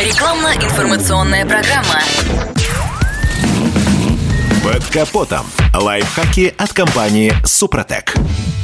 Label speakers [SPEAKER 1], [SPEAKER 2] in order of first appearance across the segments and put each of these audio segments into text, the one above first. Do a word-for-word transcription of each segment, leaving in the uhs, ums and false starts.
[SPEAKER 1] Рекламно-информационная программа.
[SPEAKER 2] Под капотом. Лайфхаки от компании «Супротек».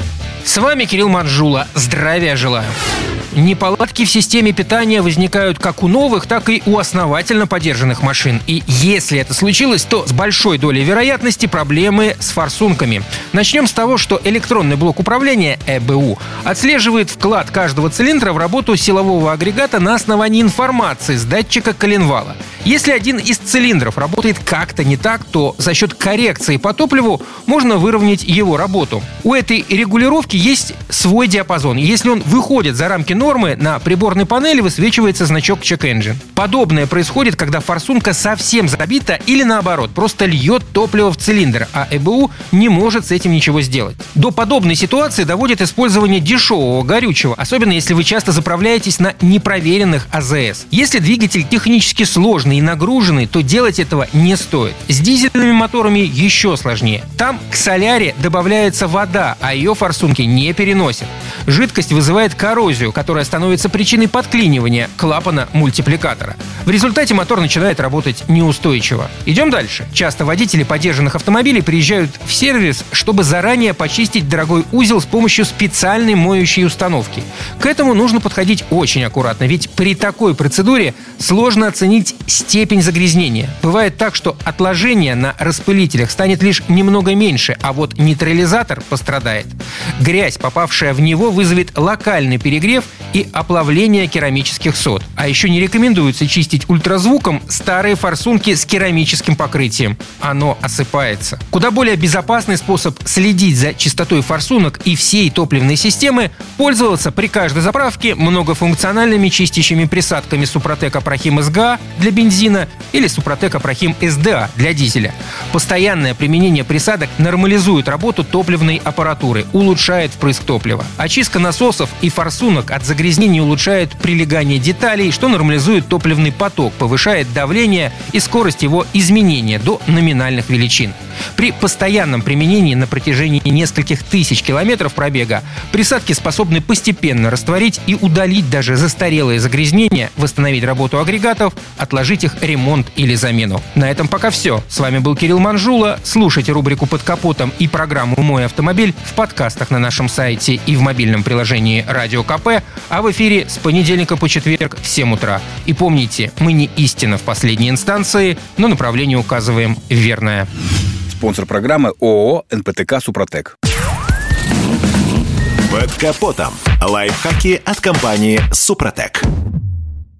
[SPEAKER 3] С вами Кирилл Манжула. Здравия желаю. Неполадки в системе питания возникают как у новых, так и у основательно подержанных машин. И если это случилось, то с большой долей вероятности проблемы с форсунками. Начнем с того, что электронный блок управления э бэ у отслеживает вклад каждого цилиндра в работу силового агрегата на основании информации с датчика коленвала. Если один из цилиндров работает как-то не так, то за счет коррекции по топливу можно выровнять его работу. У этой регулировки есть свой диапазон. Если он выходит за рамки нормы, на приборной панели высвечивается значок Check Engine. Подобное происходит, когда форсунка совсем забита или наоборот, просто льет топливо в цилиндр, а э бэ у не может с этим ничего сделать. До подобной ситуации доводит использование дешевого горючего, особенно если вы часто заправляетесь на непроверенных а зэ эс. Если двигатель технически сложный и нагруженный, то делать этого не стоит. С дизельными моторами еще сложнее. Там к соляре добавляется вода, а ее форсунки не переносят. Жидкость вызывает коррозию, которая становится причиной подклинивания клапана мультипликатора. В результате мотор начинает работать неустойчиво. Идем дальше. Часто водители подержанных автомобилей приезжают в сервис, чтобы заранее почистить дорогой узел с помощью специальной моющей установки. К этому нужно подходить очень аккуратно, ведь при такой процедуре сложно оценить степень загрязнения. Бывает так, что отложение на распылителях станет лишь немного меньше, а вот нейтрализатор пострадает. Грязь, попавшая в него, вызовет локальный перегрев и оплавление керамических сод. А еще не рекомендуется чистить ультразвуком старые форсунки с керамическим покрытием. Оно осыпается. Куда более безопасный способ следить за чистотой форсунок и всей топливной системы – пользоваться при каждой заправке многофункциональными чистящими присадками Супротек Апрахим эс гэ а для бензина или Супротек Апрахим эс дэ а для дизеля. Постоянное применение присадок нормализует работу топливной аппаратуры, улучшает впрыск топлива. Очистка насосов и форсунок от загрязнений улучшает прилегание деталей, что нормализует топливный поток, повышает давление и скорость его изменения до номинальных величин. При постоянном применении на протяжении нескольких тысяч километров пробега присадки способны постепенно растворить и удалить даже застарелые загрязнения, восстановить работу агрегатов, отложить их ремонт или замену. На этом пока все. С вами был Кирилл Манжула. Слушайте рубрику «Под капотом» и программу «Мой автомобиль» в подкастах на нашем сайте и в мобильном приложении Радио ка пэ, а в эфире с понедельника по четверг в семь утра. И помните, мы не истина в последней инстанции, но направление указываем верное.
[SPEAKER 4] Спонсор программы ООО эн пэ тэ ка «Супротек».
[SPEAKER 2] Под капотом. Лайфхаки от компании «Супротек».